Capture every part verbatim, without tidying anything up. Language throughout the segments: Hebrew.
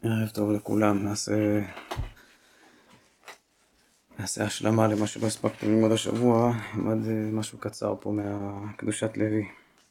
ערב טוב לכולם. נעשה, נעשה השלמה למה שלא הספקתי ללמוד השבוע. נלמד משהו קצר פה מהקדושת לוי.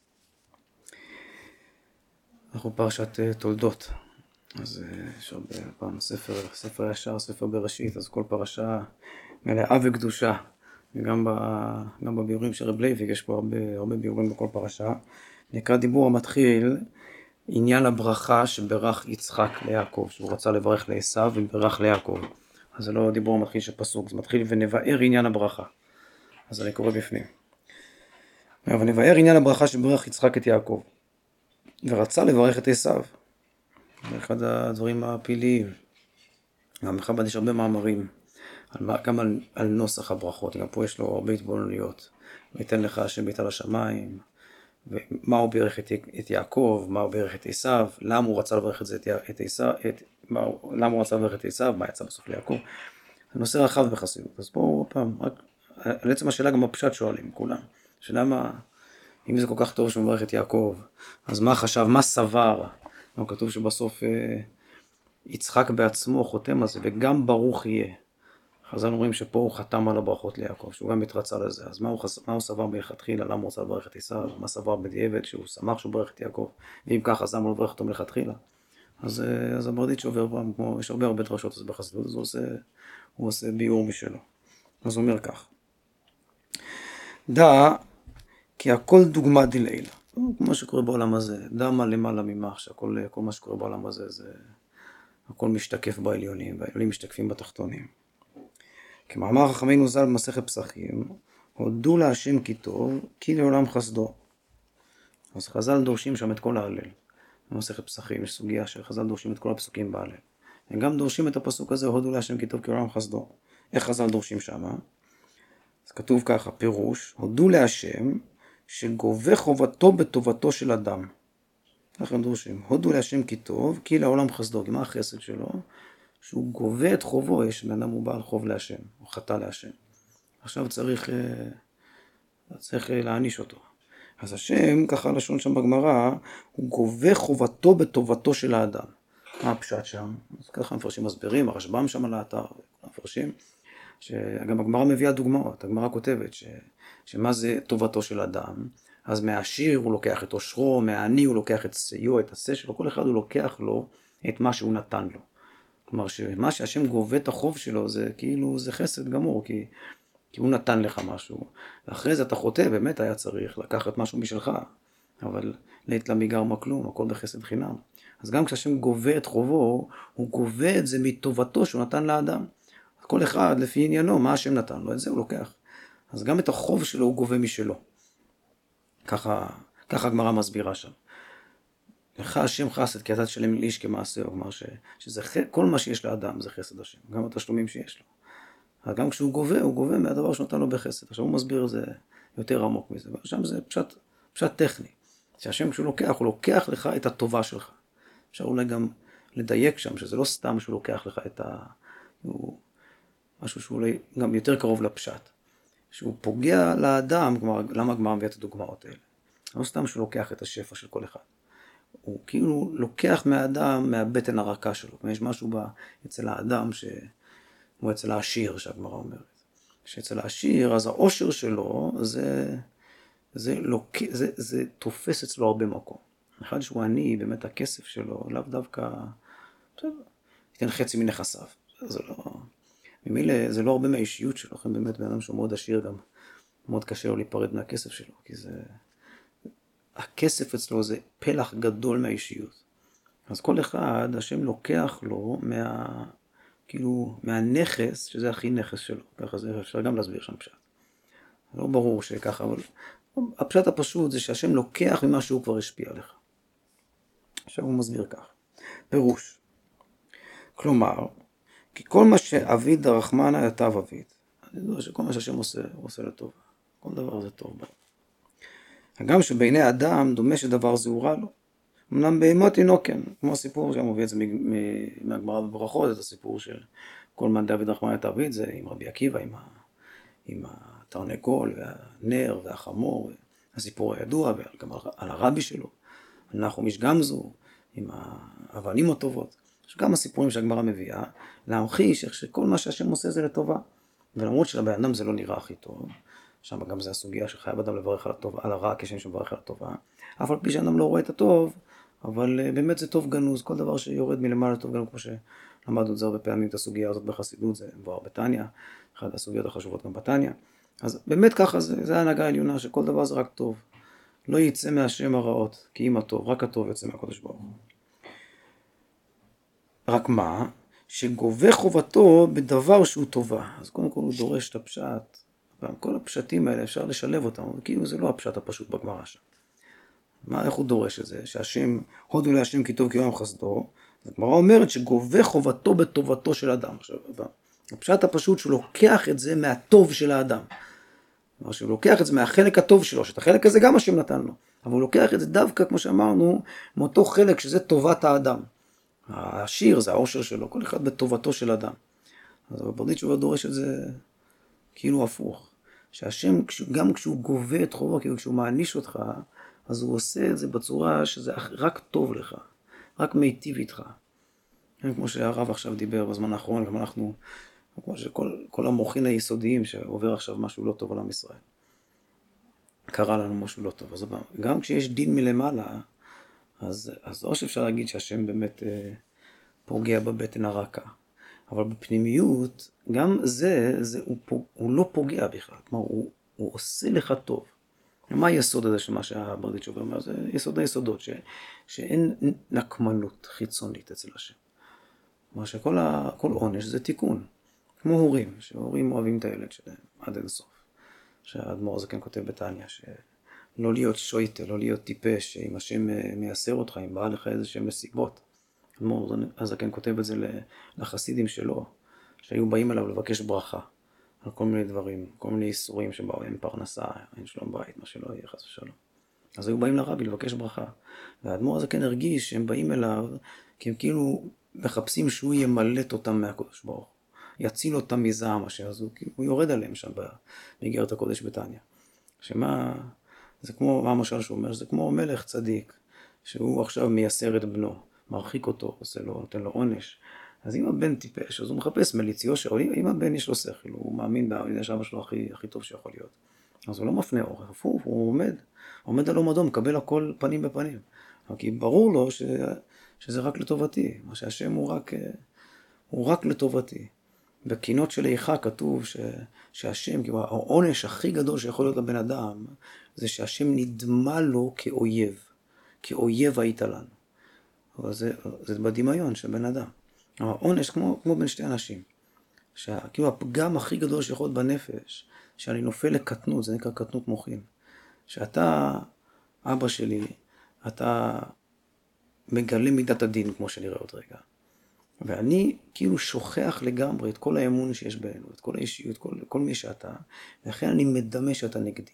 אנחנו פרשת תולדות. אז יש הרבה פעם ספר, ספר ישר, ספר בראשית, אז כל פרשה מלאה וקדושה. וגם ב, גם בביאורים של רב לוי, יש פה הרבה, הרבה ביאורים בכל פרשה. נקרא דיבור המתחיל, עניין הברכה שברך יצחק ליעקב, שהוא רצה לברך לעשיו וברך ליעקב. אז זה לא דיבור המתחיל של פסוק, זה מתחיל ונבאר עניין הברכה. אז אני קורא בפנים. ונבאר עניין הברכה שברך יצחק את יעקב, ורצה לברך את עשיו. זה אחד הדברים הפעיליים. גם בחב"ד יש הרבה מאמרים, גם על, על נוסח הברכות, גם פה יש לו הרבה התבוננויות. ויתן לך השם בית על השמיים, ומה הוא ברך את, את יעקב, מה הוא ברך את עשיו, למה הוא רצה לברך את זה, את עשיו, את, מה, למה הוא רצה לברך את עשיו, מה יצא בסוף ליעקב. זה נושא רחב בחסידות. אז פה פעם, רק, על עצם השאלה גם בפשט שואלים כולם, שלמה, אם זה כל כך טוב שהוא מברך את יעקב, אז מה חשב, מה סבר? לא, כתוב שבסוף אה, יצחק בעצמו חותם על זה, וגם ברוך יהיה. חז"ל אומרים שפה הוא חתם על הברכות ליעקב, שהוא גם התרצה לזה. אז מה הוא, מה הוא סבר מלכתחילה? למה הוא רוצה לברך את עשיו? מה סבר בדיעבד שהוא שמח שהוא ברך את יעקב? ואם ככה, אז למה הוא לברך אותו מלכתחילה? אז, אז הברדיץ' עובר פעם, כמו, יש הרבה הרבה דרשות אז בחסידות, אז הוא עושה, הוא עושה ביאור משלו. אז הוא אומר כך. דע כי הכל דוגמה דלילה. כמו שקורה בעולם הזה, דע מה למעלה ממך, שכל כל מה שקורה בעולם הזה, זה, הכל משתקף בעליונים, והעליונים משתקפים בתחתונים. כמאמר חכמינו ז"ל במסכת פסחים, הודו להשם כי טוב, כי לעולם חסדו. אז חז"ל דורשים שם את כל ההלל. במסכת פסחים יש סוגיה שחז"ל דורשים את כל הפסוקים בהלל. הם גם דורשים את הפסוק הזה, הודו להשם כי טוב, כי לעולם חסדו. איך חז"ל דורשים שם? אז כתוב ככה, פירוש, הודו להשם שגובה חובתו בטובתו של אדם. איך הם דורשים? הודו להשם כי טוב, כי לעולם חסדו. כי מה החסד שלו? שהוא גובה את חובו, יש אדם הוא בעל חוב להשם, הוא חטא להשם. עכשיו צריך, צריך להעניש אותו. אז השם, ככה לשון שם בגמרא, הוא גובה חובתו בטובתו של האדם. מה הפשט שם? אז ככה מפרשים מסבירים, הרשב"ם שם על האתר, מפרשים, שגם הגמרא מביאה דוגמאות, הגמרא כותבת ש, שמה זה טובתו של אדם, אז מהעשיר הוא לוקח את עושרו, מהעני הוא לוקח את סיוע, את עשה שלו, כל אחד הוא לוקח לו את מה שהוא נתן לו. כלומר, שמה שהשם גובה את החוב שלו, זה כאילו, זה חסד גמור, כי, כי הוא נתן לך משהו. ואחרי זה אתה חוטא, באמת היה צריך לקחת משהו משלך, אבל לית למיגר מה כלום, הכל בחסד חינם. אז גם כשהשם גובה את חובו, הוא גובה את זה מטובתו שהוא נתן לאדם. כל אחד לפי עניינו, מה השם נתן לו, את זה הוא לוקח. אז גם את החוב שלו הוא גובה משלו. ככה, ככה הגמרא מסבירה שם. לך השם חסד, כי אתה תשלם לאיש כמעשה, הוא אומר ש, שזה כל מה שיש לאדם זה חסד השם, גם התשלומים שיש לו. אז גם כשהוא גובה, הוא גובה מהדבר שנתן לו בחסד. עכשיו הוא מסביר את זה יותר עמוק מזה, ושם זה פשט, פשט טכני. שהשם כשהוא לוקח, הוא לוקח לך את הטובה שלך. אפשר אולי גם לדייק שם, שזה לא סתם שהוא לוקח לך את ה... הוא... משהו שאולי גם יותר קרוב לפשט. שהוא פוגע לאדם, כלומר, למה הגמרא מביאה את הדוגמאות האלה? לא סתם שהוא לוקח את השפע של כל אחד. הוא כאילו לוקח מהאדם, מהבטן הרכה שלו. יש משהו בה, אצל האדם שהוא אצל העשיר, שהגמרא אומרת. שאצל העשיר, אז העושר שלו, זה, זה, לוק... זה, זה תופס אצלו הרבה מקום. אחד שהוא עני, באמת הכסף שלו, לאו דווקא, בסדר, ייתן חצי מנכסיו. זה לא, ממילא, זה לא הרבה מהאישיות שלו, לכן באמת באדם שהוא מאוד עשיר גם, מאוד קשה לו להיפרד מהכסף שלו, כי זה... הכסף אצלו זה פלח גדול מהאישיות. אז כל אחד, השם לוקח לו מה, כאילו, מהנכס, שזה הכי נכס שלו. ככה זה אפשר גם להסביר שם פשט. לא ברור שככה, אבל הפשט הפשוט זה שהשם לוקח ממה שהוא כבר השפיע עליך. עכשיו הוא מסביר כך. פירוש. כלומר, כי כל מה שאביד הרחמנה יתב אביד. אני יודע שכל מה שהשם עושה, הוא עושה לטוב. כל דבר זה טוב בו. גם שבעיני אדם דומה שדבר זה הוא רע לו. אמנם בהמות אינו כן, כמו הסיפור שם מביא את זה מהגמרא בברכות, את הסיפור של כל מן דוד רחמנא יתב אביד, זה עם רבי עקיבא, עם, ה, עם התרנגול והנר והחמור, הסיפור הידוע, וגם על הרבי שלו, נחום איש גמזו, עם האבנים הטובות. גם הסיפורים שהגמרא מביאה, להמחיש איך שכל מה שהשם עושה זה לטובה. ולמרות שלבן אדם זה לא נראה הכי טוב, שם גם זה הסוגיה שחייב אדם לברך על הטוב, על הרע כשם שמברך על הטובה. אף על פי שאדם לא רואה את הטוב, אבל באמת זה טוב גנוז, כל דבר שיורד מלמעלה טוב גנוז, כמו שלמדנו את זה הרבה פעמים, את הסוגיה הזאת בחסידות, זה מבואר בתניא, אחת הסוגיות החשובות גם בתניא. אז באמת ככה, זה, זה ההנהגה העליונה, שכל דבר זה רק טוב. לא יצא מהשם הרעות, כי אם הטוב, רק הטוב יצא מהקדוש ברוך הוא. רק מה? שגובה חובתו בדבר שהוא טובה. אז קודם כל הוא דורש את הפשט. כל הפשטים האלה אפשר לשלב אותם, כאילו זה לא הפשט הפשוט בגמרא שם. מה, איך הוא דורש את זה? שהשם, הודו להשם כי טוב כי יום חסדו. הגמרא אומרת שגובה חובתו בטובתו של אדם. עכשיו, הפשט הפשוט שהוא לוקח את זה מהטוב של האדם. כלומר, שהוא לוקח את זה מהחלק הטוב שלו, שאת החלק הזה גם השם נתן לו. אבל הוא לוקח את זה דווקא, כמו שאמרנו, מאותו חלק שזה טובת האדם. העשיר זה העושר שלו, כל אחד בטובתו של אדם. אז ברדיצ'וב דורש את זה כאילו הפוך. שהשם, גם כשהוא גובה את חובו, כאילו כשהוא מעניש אותך, אז הוא עושה את זה בצורה שזה רק טוב לך, רק מיטיב איתך. כמו שהרב עכשיו דיבר בזמן האחרון, גם אנחנו, כמו שכל כל המוחין היסודיים שעובר עכשיו משהו לא טוב על עם ישראל. קרה לנו משהו לא טוב. אז גם כשיש דין מלמעלה, אז, אז או שאפשר להגיד שהשם באמת אה, פוגע בבטן הרכה. אבל בפנימיות, גם זה, זה הוא, פוג, הוא לא פוגע בכלל. כלומר, הוא, הוא עושה לך טוב. מה היסוד הזה של מה שהברדיצ'וב אומר? זה יסוד היסודות, ש, שאין נקמנות חיצונית אצל השם. כלומר שכל ה, כל עונש זה תיקון. כמו הורים, שהורים אוהבים את הילד שלהם עד אין סוף. שהאדמו"ר הזקן כותב בתניא, שלא להיות שויטה, לא להיות טיפש, שאם השם מייסר אותך, אם בא לך איזה שהם נסיבות. האדמו"ר הזקן כותב את זה לחסידים שלו, שהיו באים אליו לבקש ברכה, על כל מיני דברים, כל מיני איסורים שבאו, אין פרנסה, אין שלום בית, מה שלא יהיה, חס ושלום. אז היו באים לרבי לבקש ברכה. והאדמו"ר הזקן הרגיש שהם באים אליו, כי הם כאילו מחפשים שהוא ימלט אותם מהקדוש ברוך הוא. יציל אותם מזעם אשר, אז הוא, הוא יורד עליהם שם באיגרת הקודש בתניא. שמה, זה כמו, מה המשל שהוא אומר, זה כמו מלך צדיק, שהוא עכשיו מייסר את בנו, מרחיק אותו, עושה לו, נותן לו עונש. אז אם הבן טיפש, אז הוא מחפש מליץ יושר, או אם הבן יש לו שכל, הוא מאמין בעניין שאבא שלו הכי, הכי טוב שיכול להיות. אז הוא לא מפנה אור, הפוך, הוא עומד, עומד על עומדו, מקבל הכל פנים בפנים. כי ברור לו ש, שזה רק לטובתי, מה שהשם הוא רק, הוא רק לטובתי. בקינות של איכה כתוב ש, שהשם, כאילו העונש הכי גדול שיכול להיות לבן אדם, זה שהשם נדמה לו כאויב, כאויב היית לנו. אבל זה, זה בדמיון של בן אדם. העונש כמו, כמו בין שתי אנשים. שכאילו הפגם הכי גדול שיכול להיות בנפש, שאני נופל לקטנות, זה נקרא קטנות מוחין. שאתה, אבא שלי, אתה מגלה מידת הדין, כמו שנראה עוד רגע. ואני כאילו שוכח לגמרי את כל האמון שיש בינינו, את כל האישיות, כל, כל מי שאתה, ולכן אני מדמה שאתה נגדי.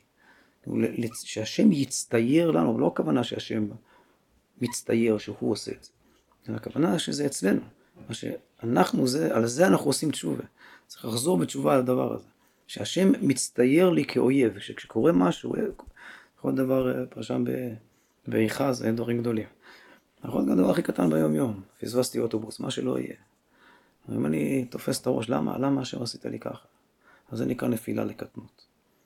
שהשם יצטייר לנו, לא הכוונה שהשם מצטייר שהוא עושה את זה. אלא הכוונה שזה אצלנו. מה שאנחנו זה, על זה אנחנו עושים תשובה. צריך לחזור בתשובה על הדבר הזה. שהשם מצטייר לי כאויב, שכשקורה משהו, כל דבר פרשם באיכה, זה דברים גדולים. נכון, גם הדבר הכי קטן ביום יום, פספסתי אוטובוס, מה שלא יהיה. אם אני תופס את הראש, למה? למה השם עשית לי ככה? אז זה נקרא נפילה לקטנות.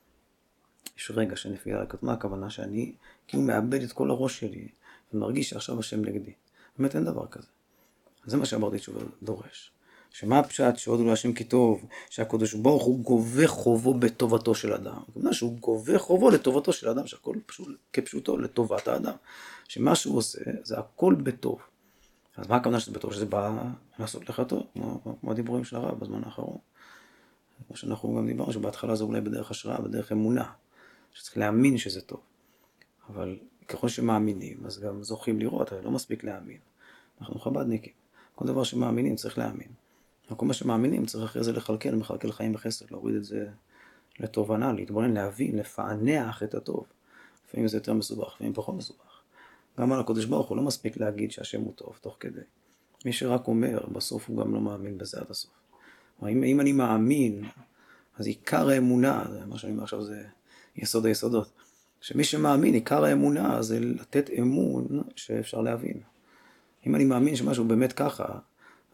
יש רגע של נפילה לקטנות, מה הכוונה? שאני כאילו מאבד את כל הראש שלי, ומרגיש שעכשיו השם נגדי. באמת אין דבר כזה. זה מה שאמרתי שהוא דורש. שמה הפשט שהודו להשם כי טוב, שהקדוש ברוך הוא גובה חובו בטובתו של אדם. כלומר שהוא גובה חובו לטובתו של אדם, שהכל פשוט כפשוטו לטובת האדם. שמה שהוא עושה זה הכל בטוב. אז מה הכוונה שזה בטוב? שזה בא לעשות לך טוב, כמו, כמו הדיבורים של הרב בזמן האחרון. כמו שאנחנו גם דיברנו, שבהתחלה זה אולי בדרך השראה, בדרך אמונה, שצריך להאמין שזה טוב. אבל ככל שמאמינים, אז גם זוכים לראות, לא מספיק להאמין. אנחנו חב"דניקים. כל דבר שמאמינים צריך להאמין. כל מה שמאמינים צריך אחרי זה לחלקל, מחלקל חיים בחסד, להוריד את זה לתובנה, להתבונן, להבין, לפענח את הטוב. לפעמים זה יותר מסובך, לפעמים פחות מסובך. גם על הקדוש ברוך הוא לא מספיק להגיד שהשם הוא טוב, תוך כדי. מי שרק אומר, בסוף הוא גם לא מאמין בזה עד הסוף. אם, אם אני מאמין, אז עיקר האמונה, מה שאני אומר עכשיו זה יסוד היסודות. שמי שמאמין, עיקר האמונה זה לתת אמון שאפשר להבין. אם אני מאמין שמשהו באמת ככה,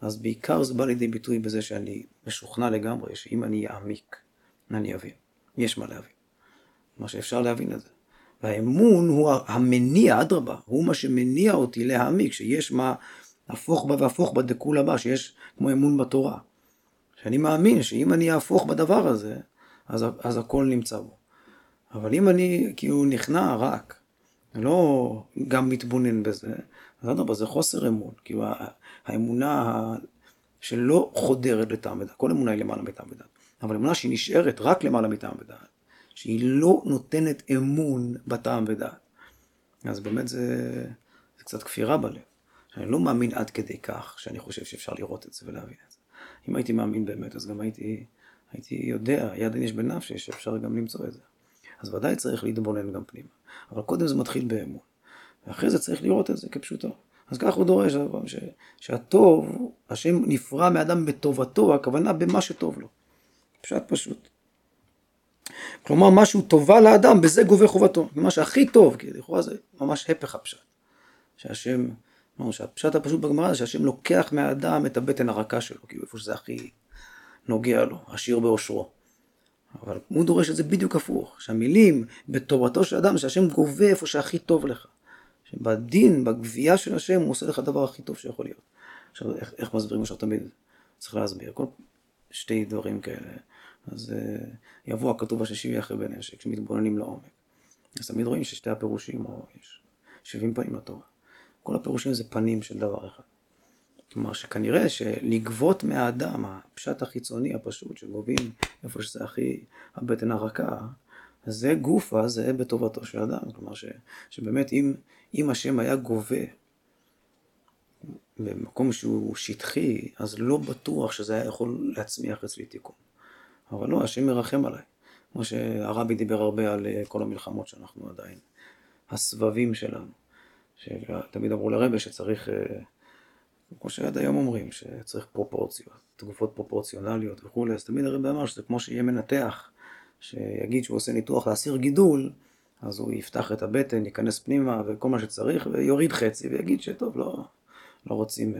אז בעיקר זה בא לידי ביטוי בזה שאני משוכנע לגמרי, שאם אני אעמיק, אני אבין. יש מה להבין. מה שאפשר להבין את זה. והאמון הוא המניע, אדרבה, הוא מה שמניע אותי להעמיק, שיש מה הפוך בה והפוך בה דקול הבא, שיש כמו אמון בתורה. שאני מאמין שאם אני אהפוך בדבר הזה, אז, אז הכל נמצא בו. אבל אם אני כאילו נכנע רק, לא גם מתבונן בזה, אז אדרבה, זה חוסר אמון. כאילו האמונה שלא חודרת לטעם ודעת, כל אמונה היא למעלה מטעם ודעת, אבל אמונה שהיא נשארת רק למעלה מטעם ודעת, שהיא לא נותנת אמון בטעם ודעת. אז באמת זה, זה קצת כפירה בלב. אני לא מאמין עד כדי כך שאני חושב שאפשר לראות את זה ולהבין את זה. אם הייתי מאמין באמת, אז גם הייתי, הייתי יודע, יד יש בנפשי, שאפשר גם למצוא את זה. אז ודאי צריך להתבונן גם פנימה. אבל קודם זה מתחיל באמון. ואחרי זה צריך לראות את זה כפשוטו. אז כך הוא דורש, ש, שהטוב, השם נפרע מאדם בטובתו, הכוונה במה שטוב לו. פשוט פשוט. כלומר, משהו טובה לאדם, בזה גובה חובתו. מה שהכי טוב, כי לכאורה זה ממש הפך הפשט. שהשם, שהפשט הפשוט בגמרא זה שהשם לוקח מהאדם את הבטן הרכה שלו, כאילו איפה שזה הכי נוגע לו, עשיר באושרו. אבל הוא דורש את זה בדיוק הפוך, שהמילים בטובתו של אדם, שהשם גובה איפה שהכי טוב לך. שבדין, בגבייה של השם, הוא עושה לך הדבר הכי טוב שיכול להיות. עכשיו, איך, איך מסבירים עכשיו תמיד? צריך להסביר. כל שתי דברים כאלה. אז uh, יבוא הכתוב הששיבי אחרי בן נשק, כשמתבוננים לעומק. אז תמיד רואים ששתי הפירושים, או יש שבעים פנים לתורה. כל הפירושים זה פנים של דבר אחד. כלומר שכנראה שלגבות מהאדם, הפשט החיצוני הפשוט, שגובים איפה שזה הכי הבטן הרכה, זה גופה, זה בטובתו של אדם. כלומר ש, שבאמת אם, אם השם היה גובה במקום שהוא שטחי, אז לא בטוח שזה היה יכול להצמיח אצלי תיקון. אבל לא, השם מרחם עליי. כמו שהרבי דיבר הרבה על כל המלחמות שאנחנו עדיין, הסבבים שלנו. שתמיד אמרו לרבי שצריך, כמו שעד היום אומרים, שצריך פרופורציות, תגופות פרופורציונליות וכו'. אז תמיד הרבי אמר שזה כמו שיהיה מנתח, שיגיד שהוא עושה ניתוח להסיר גידול, אז הוא יפתח את הבטן, ייכנס פנימה וכל מה שצריך, ויוריד חצי ויגיד שטוב, לא, לא רוצים...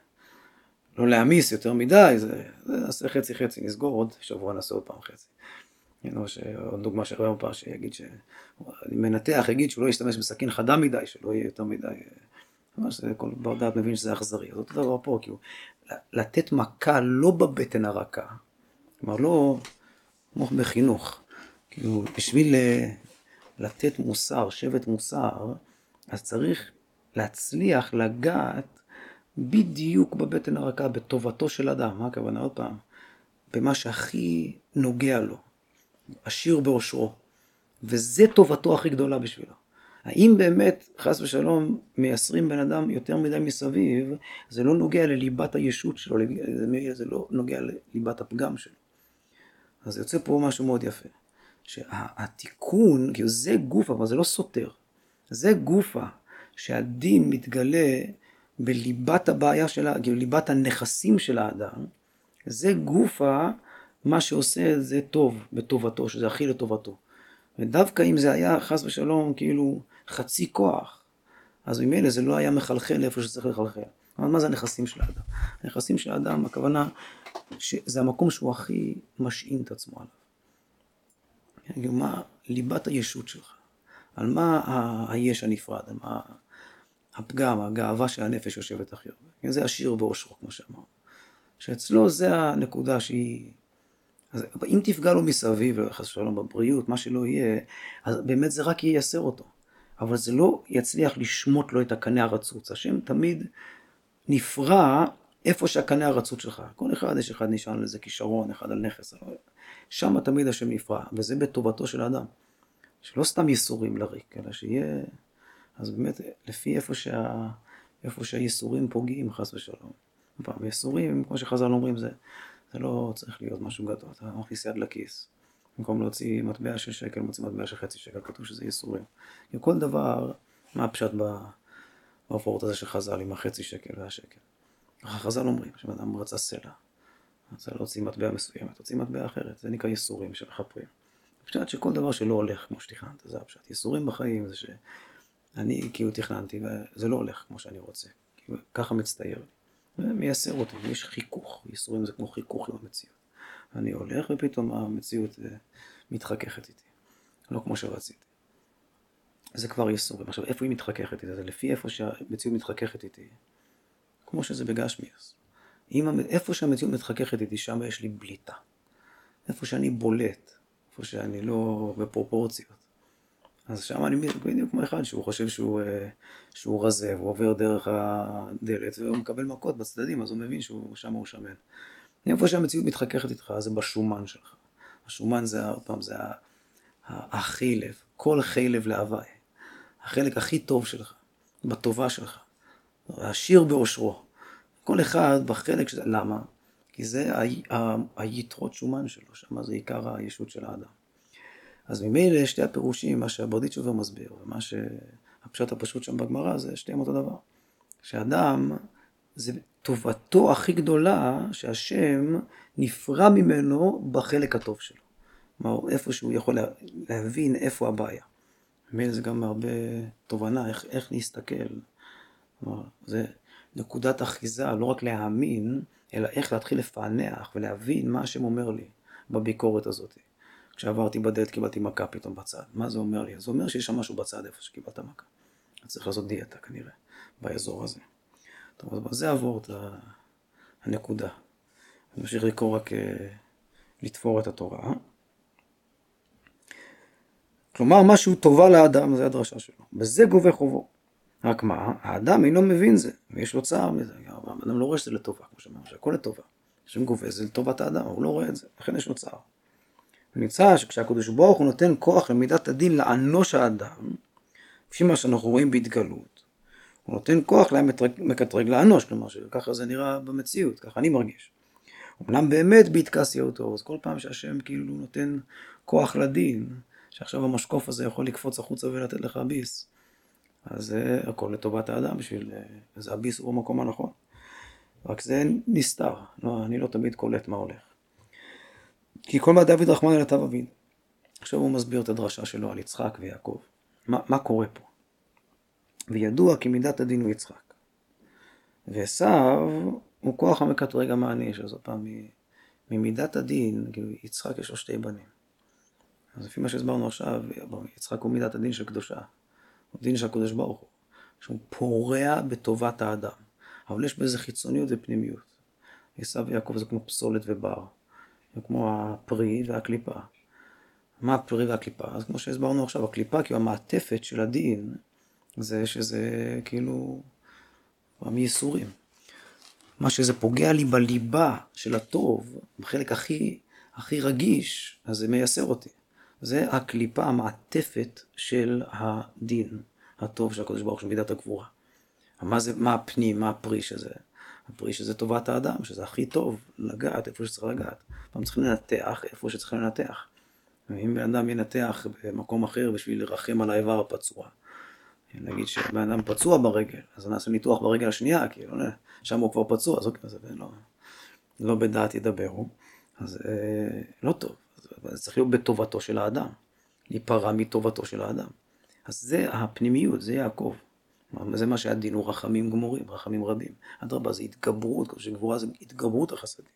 לא להמיס יותר מדי, זה, זה נעשה חצי חצי, נסגור עוד שבוע, נעשה עוד פעם חצי. ינו, שעוד דוגמה שראינו פעם, שיגיד ש... מנתח יגיד שהוא לא ישתמש בסכין חדה מדי, שלא יהיה יותר מדי... ממש, כל בר דעת מבין שזה אכזרי. אז אותו דבר פה, כאילו, לתת מכה לא בבטן הרכה, כלומר, לא כמו בחינוך, כאילו, בשביל לתת מוסר, שבט מוסר, אז צריך להצליח לגעת בדיוק בבטן הרכה, בטובתו של אדם. מה הכוונה? עוד פעם, במה שהכי נוגע לו, עשיר באושרו, וזה טובתו הכי גדולה בשבילו. האם באמת, חס ושלום, מייסרים בן אדם יותר מדי מסביב, זה לא נוגע לליבת הישות שלו, זה לא נוגע לליבת הפגם שלו. אז יוצא פה משהו מאוד יפה, שהתיקון, כאילו זה גופה, אבל זה לא סותר, זה גופה שהדין מתגלה בליבת הבעיה שלה, כאילו ליבת הנכסים של האדם, זה גופה, מה שעושה זה טוב, בטובתו, שזה הכי לטובתו. ודווקא אם זה היה חס ושלום, כאילו חצי כוח, אז ממילא זה לא היה מחלחל לאיפה שצריך לחלחל. אבל מה זה הנכסים של האדם? הנכסים של האדם, הכוונה שזה המקום שהוא הכי משעין את עצמו עליו. כאילו מה ליבת הישות שלך? על מה היש הנפרד? על מה הפגם, הגאווה של הנפש יושבת הכי הרבה? זה עשיר באושרו, כמו שאמרנו. שאצלו זה הנקודה שהיא... אז אם תפגע לו מסביב, חס ושלום בבריאות, מה שלא יהיה, אז באמת זה רק ייסר אותו. אבל זה לא יצליח לשמוט לו את הקנה הרצוץ. השם תמיד נפרע איפה שהקנה הרצוץ שלך. כל אחד יש אחד נשען לזה כישרון, אחד על נכס. שם תמיד השם נפרע, וזה בטובתו של האדם. שלא סתם ייסורים לריק, אלא שיהיה... אז באמת, לפי איפה, שה... איפה שהייסורים פוגעים, חס ושלום. פעם, ייסורים, כמו שחז"ל אומרים, זה... זה לא צריך להיות משהו גדול, אתה מכניס יד לכיס. במקום להוציא מטבע של שקל, מוציא מטבע של חצי שקל, כתוב שזה ייסורים. כל דבר, מה הפשט בהופעות הזה של חז"ל עם החצי שקל והשקל? חז"ל אומרים, שאדם רצה סלע, רצה להוציא מטבע מסוימת, להוציא מטבע אחרת, זה נקרא ייסורים של חפרים. הפשט שכל דבר שלא הולך כמו שתכננת, זה הפשט. ייסורים בחיים זה שאני כאילו תכננתי, וזה לא הולך כמו שאני רוצה. ככה מצטייר. זה מייסר אותי, יש חיכוך, ייסורים זה כמו חיכוך עם המציאות. אני הולך ופתאום המציאות מתחככת איתי, לא כמו שרציתי. זה כבר ייסורים. עכשיו, איפה היא מתחככת איתי? זה לפי איפה שהמציאות מתחככת איתי, כמו שזה בגשמיאס. איפה שהמציאות מתחככת איתי, שם יש לי בליטה. איפה שאני בולט, איפה שאני לא בפרופורציות. אז שם אני בדיוק כמו אחד שהוא חושב שהוא, שהוא רזה, הוא עובר דרך הדלת והוא מקבל מכות בצדדים, אז הוא מבין שהוא שם הוא שמן. איפה שהמציאות מתחככת איתך, זה בשומן שלך. השומן זה, פעם, זה החילב, כל חילב להווי. החלק הכי טוב שלך, בטובה שלך. העשיר באושרו. כל אחד בחלק שזה, למה? כי זה היתרות שומן שלו, שם זה עיקר הישות של האדם. אז ממילא שתי הפירושים, מה שהברדיצ'ובר מסביר, ומה שהפשט הפשוט שם בגמרא, זה שתיהם אותו דבר. שאדם, זה טובתו הכי גדולה, שהשם נפרע ממנו בחלק הטוב שלו. כלומר, איפה שהוא יכול להבין איפה הבעיה. ממילא זה גם הרבה תובנה, איך, איך להסתכל. כלומר, זה נקודת אחיזה, לא רק להאמין, אלא איך להתחיל לפענח ולהבין מה השם אומר לי בביקורת הזאת. כשעברתי בדלת קיבלתי מכה פתאום בצד. מה זה אומר לי? זה אומר שיש שם משהו בצד איפה שקיבלת מכה. אז צריך לעשות דיאטה כנראה, באזור הזה. טוב, אז בזה עבור את הנקודה. אני ממשיך לקרוא רק לתפור את התורה. כלומר, משהו טובה לאדם, זה הדרשה שלו. בזה גובה חובו. רק מה? האדם אינו מבין זה, ויש לו צער מזה. האדם לא רואה שזה לטובה, כמו שאומר, שהכל לטובה. השם גובה זה לטובת האדם, הוא לא רואה את זה, לכן יש לו צער. ונמצא שכשהקדוש ברוך הוא נותן כוח למידת הדין לענוש האדם, לפי מה שאנחנו רואים בהתגלות, הוא נותן כוח להם מקטרג לענוש, כלומר שככה זה נראה במציאות, ככה אני מרגיש. אמנם באמת בהתקסיותו, אז כל פעם שהשם כאילו נותן כוח לדין, שעכשיו המשקוף הזה יכול לקפוץ החוצה ולתת לך ביס, אז זה הכל לטובת האדם, בשביל איזה הביס הוא במקום הנכון. רק זה נסתר, לא, אני לא תמיד קולט מה הולך. כי כל מה דוד רחמן אל עטב אביד. עכשיו הוא מסביר את הדרשה שלו על יצחק ויעקב. מה, מה קורה פה? וידוע כי מידת הדין הוא יצחק. ועשיו הוא כוח המקטרג המעניש. אז עוד פעם, ממידת הדין, יצחק יש לו שתי בנים. אז לפי מה שהסברנו עכשיו, יצחק הוא מידת הדין של קדושה. הוא דין של הקדוש ברוך הוא. שהוא פורע בטובת האדם. אבל יש בזה חיצוניות ופנימיות. עשיו ויעקב זה כמו פסולת ובר. כמו הפרי והקליפה. מה הפרי והקליפה? אז כמו שהסברנו עכשיו, הקליפה, כי המעטפת של הדין, זה שזה כאילו, מייסורים. מה שזה פוגע לי בליבה של הטוב, בחלק הכי, הכי רגיש, אז זה מייסר אותי. זה הקליפה, המעטפת של הדין, הטוב של הקדוש ברוך הוא, של מידת הגבורה. מה זה, מה הפנים, מה הפרי שזה? הפרי שזה טובת האדם, שזה הכי טוב לגעת איפה שצריך לגעת. פעם צריכים לנתח איפה שצריכים לנתח. אם בן אדם ינתח במקום אחר בשביל לרחם על האיבר הפצוע. נגיד שבן אדם פצוע ברגל, אז נעשה ניתוח ברגל השנייה, כי לא, שם הוא כבר פצוע, אז אוקיי, זה לא, לא בדעת ידברו. אז אה, לא טוב. זה צריך להיות בטובתו של האדם. להיפרע מטובתו של האדם. אז זה הפנימיות, זה יעקב. זה מה שהדין הוא רחמים גמורים, רחמים רבים. אדרבה, זה התגברות, שגבורה זה התגברות החסדים.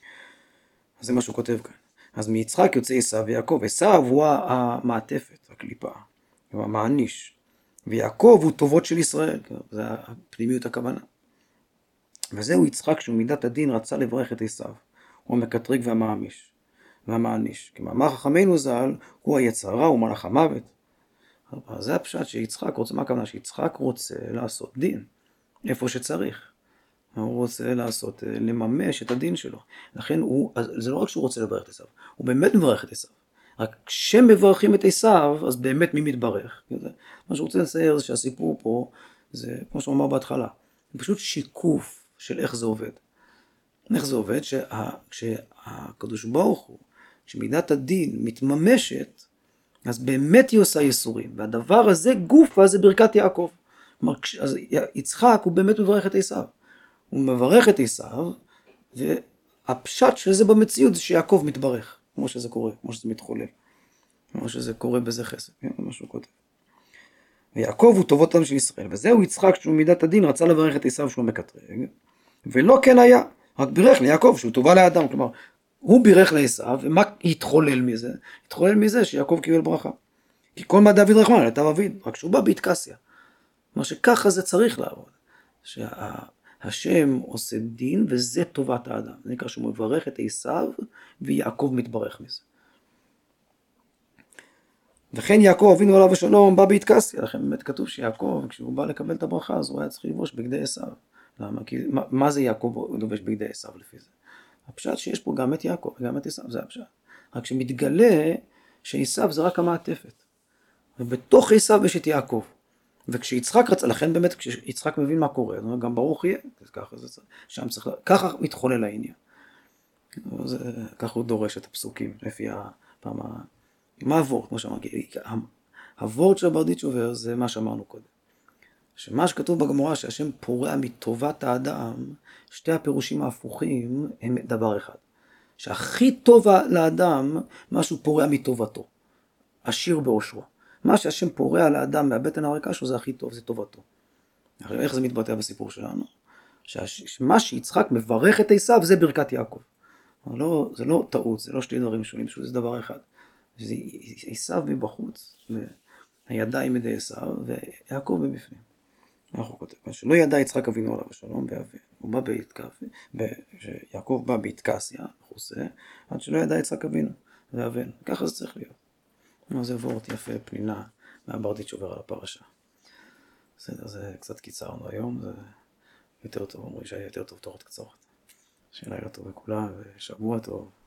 אז זה מה שהוא כותב כאן. אז מיצחק יוצא עשיו ויעקב. עשיו הוא המעטפת, הקליפה, הוא המעניש. ויעקב הוא טובות של ישראל, זה הפנימיות הכוונה. וזהו יצחק שהוא מידת הדין רצה לברך את עשיו. הוא המקטרג והמעמיש, והמעניש. כמאמר חכמינו ז"ל, הוא היצרה, הוא מלאך המוות. אז זה הפשט שיצחק רוצה, מה הכוונה? שיצחק רוצה לעשות דין, איפה שצריך. הוא רוצה לעשות, לממש את הדין שלו. לכן הוא, זה לא רק שהוא רוצה לברך את עשיו, הוא באמת מברך את עשיו. רק כשמברכים את עשיו, אז באמת מי מתברך? מה שהוא רוצה לצייר זה שהסיפור פה, זה כמו שהוא אמר בהתחלה, זה פשוט שיקוף של איך זה עובד. איך זה עובד? שה, כשהקדוש ברוך הוא, כשמידת הדין מתממשת, אז באמת היא עושה ייסורים, והדבר הזה גופה זה ברכת יעקב. כלומר, אז יצחק הוא באמת מברך את עשיו. הוא מברך את עשיו, והפשט של זה במציאות זה שיעקב מתברך, כמו שזה קורה, כמו שזה מתחולל, כמו שזה קורה בזה חסד, מה שהוא כותב. ויעקב הוא טובותם של ישראל, וזהו יצחק שהוא מידת הדין רצה לברך את עשיו שהוא מקטרג, ולא כן היה, רק בירך ליעקב שהוא טובה לאדם, כלומר, הוא בירך לעשיו, ומה התחולל מזה? התחולל מזה שיעקב קיבל ברכה. כי כל מה דוד רחמן, הייתה אביד, רק שהוא בא בהתקסיה. כלומר שככה זה צריך לעבוד. שהשם עושה דין, וזה טובת האדם. זה נקרא שהוא מברך את עשיו, ויעקב מתברך מזה. וכן יעקב אבינו עליו השלום בא בהתקסיה. לכן באמת כתוב שיעקב, כשהוא בא לקבל את הברכה, אז הוא היה צריך לבוש בגדי עשיו. למה? כי מה, מה זה יעקב לובש בגדי עשיו לפי זה? הפשט שיש פה גם את יעקב וגם את עשיו, זה הפשט. רק שמתגלה שעשיו זה רק המעטפת. ובתוך עשיו יש את יעקב. וכשיצחק רצה, לכן באמת כשיצחק מבין מה קורה, זאת אומרת, גם ברוך יהיה, ככה זה צריך, שם צריך, ככה מתחולל העניין. זה, ככה הוא דורש את הפסוקים, לפי הפעם, מה הוורד, כמו שאמרתי, הוורד של הברדיצ'ובר זה מה שאמרנו קודם. שמה שכתוב בגמרא שהשם פורע מטובת האדם, שתי הפירושים ההפוכים הם דבר אחד. שהכי טוב לאדם, משהו פורע מטובתו, עשיר באושרו. מה שהשם פורע לאדם מהבטן הריקה שלו זה הכי טוב, זה טובתו. איך זה מתבטא בסיפור שלנו? שמה שיצחק מברך את עשיו זה ברכת יעקב. לא, זה לא טעות, זה לא שתי דברים שונים, זה דבר אחד. זה עשיו מבחוץ, הידיים ידי עשיו, ויעקב מבפנים. אנחנו כותב, שלא ידע יצחק אבינו עליו השלום באבן, הוא בא בהתקף, שיעקב בא בהתקסיה, חוסה, עד שלא ידע יצחק אבינו ואבן. ככה זה צריך להיות. זה וורט יפה, פנינה, מהברדיצ'ובר על הפרשה. בסדר, זה קצת קיצרנו היום, זה יותר טוב, אומרים שהיה יותר טוב תורת קצרות. שלילה טוב לכולם, ושבוע טוב.